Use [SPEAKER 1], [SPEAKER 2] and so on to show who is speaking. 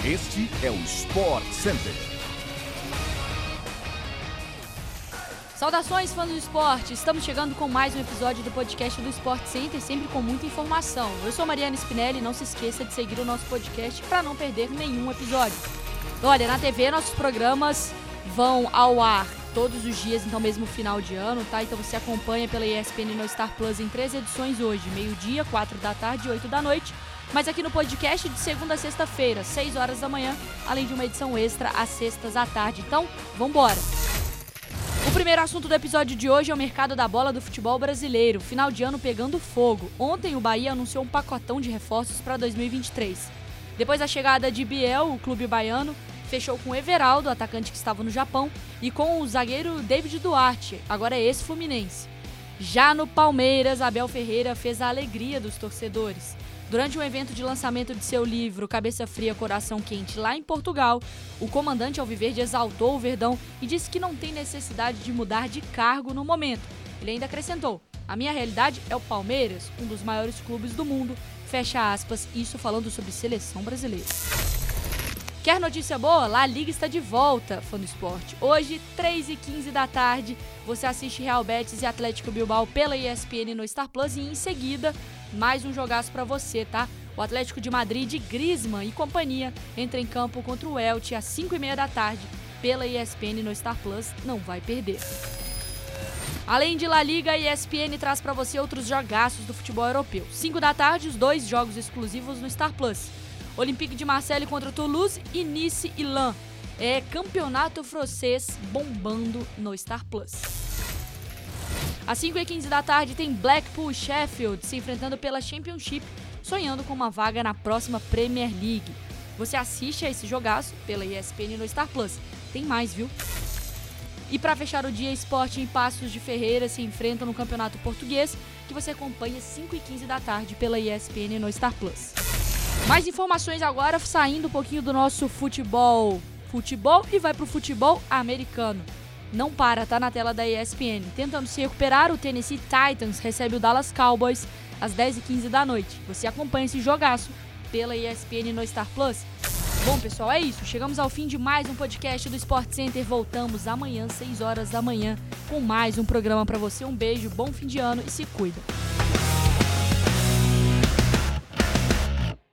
[SPEAKER 1] Este é o Sport Center.
[SPEAKER 2] Saudações, fãs do esporte! Estamos chegando com mais um episódio do podcast do Sport Center, sempre com muita informação. Eu sou Mariana Spinelli e não se esqueça de seguir o nosso podcast para não perder nenhum episódio. Olha, na TV nossos programas vão ao ar todos os dias, então mesmo final de ano, tá? Então você acompanha pela ESPN no Star Plus em 3 edições hoje, meio-dia, 4 da tarde e 8 da noite. Mas aqui no podcast de segunda a sexta-feira, 6 horas da manhã, além de uma edição extra às sextas à tarde. Então, vambora! O primeiro assunto do episódio de hoje é o mercado da bola do futebol brasileiro. Final de ano pegando fogo. Ontem o Bahia anunciou um pacotão de reforços para 2023. Depois da chegada de Biel, o clube baiano fechou com o Everaldo, atacante que estava no Japão, e com o zagueiro David Duarte, agora ex-Fluminense. Já no Palmeiras, Abel Ferreira fez a alegria dos torcedores. Durante um evento de lançamento de seu livro Cabeça Fria, Coração Quente, lá em Portugal, o comandante alviverde exaltou o Verdão e disse que não tem necessidade de mudar de cargo no momento. Ele ainda acrescentou: "A minha realidade é o Palmeiras, um dos maiores clubes do mundo", fecha aspas, isso falando sobre seleção brasileira. Quer notícia boa? La Liga está de volta, fã do esporte. Hoje, 3h15 da tarde, você assiste Real Betis e Atlético Bilbao pela ESPN no Star Plus e em seguida, mais um jogaço pra você, tá? O Atlético de Madrid de Griezmann e companhia entra em campo contra o Elche às 5h30 da tarde pela ESPN no Star Plus, não vai perder. Além de La Liga, a ESPN traz pra você outros jogaços do futebol europeu. 5 da tarde, os 2 jogos exclusivos no Star Plus. Olympique de Marseille contra Toulouse e Nice e Lens. É campeonato francês bombando no Star Plus. Às 5h15 da tarde tem Blackpool e Sheffield se enfrentando pela Championship, sonhando com uma vaga na próxima Premier League. Você assiste a esse jogaço pela ESPN no Star Plus. Tem mais, viu? E para fechar o dia, Sport em Passos de Ferreira se enfrentam no Campeonato Português, que você acompanha às 5h15 da tarde pela ESPN no Star Plus. Mais informações agora, saindo um pouquinho do nosso futebol e vai pro futebol americano. Não para, tá na tela da ESPN. Tentando se recuperar, o Tennessee Titans recebe o Dallas Cowboys às 10h15 da noite. Você acompanha esse jogaço pela ESPN no Star Plus. Bom, pessoal, é isso. Chegamos ao fim de mais um podcast do Sport Center. Voltamos amanhã, 6 horas da manhã, com mais um programa pra você. Um beijo, bom fim de ano e se cuida.